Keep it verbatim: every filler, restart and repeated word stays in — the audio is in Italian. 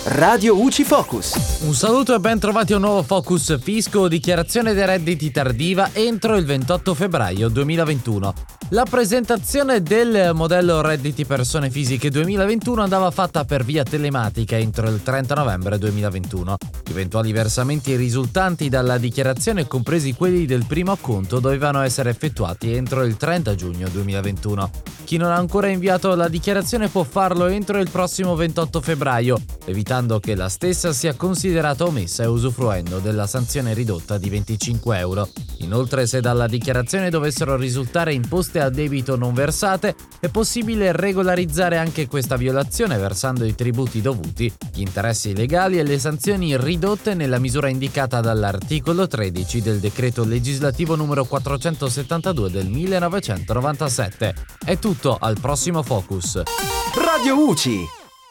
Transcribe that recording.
Radio U C I Focus. Un saluto e ben trovati a un nuovo Focus Fisco, dichiarazione dei redditi tardiva entro il ventotto febbraio duemilaventuno. La presentazione del modello redditi persone fisiche duemilaventuno andava fatta per via telematica entro il trenta novembre duemilaventuno. Gli eventuali versamenti risultanti dalla dichiarazione, compresi quelli del primo acconto, dovevano essere effettuati entro il trenta giugno duemilaventuno. Chi non ha ancora inviato la dichiarazione può farlo entro il prossimo ventotto febbraio, evitando che la stessa sia considerata omessa e usufruendo della sanzione ridotta di venticinque euro. Inoltre, se dalla dichiarazione dovessero risultare imposte a debito non versate, è possibile regolarizzare anche questa violazione versando i tributi dovuti, gli interessi legali e le sanzioni ridotte nella misura indicata dall'articolo tredici del decreto legislativo numero quattrocentosettantadue del millenovecentonovantasette. È tutto, al prossimo Focus. Radio U C I.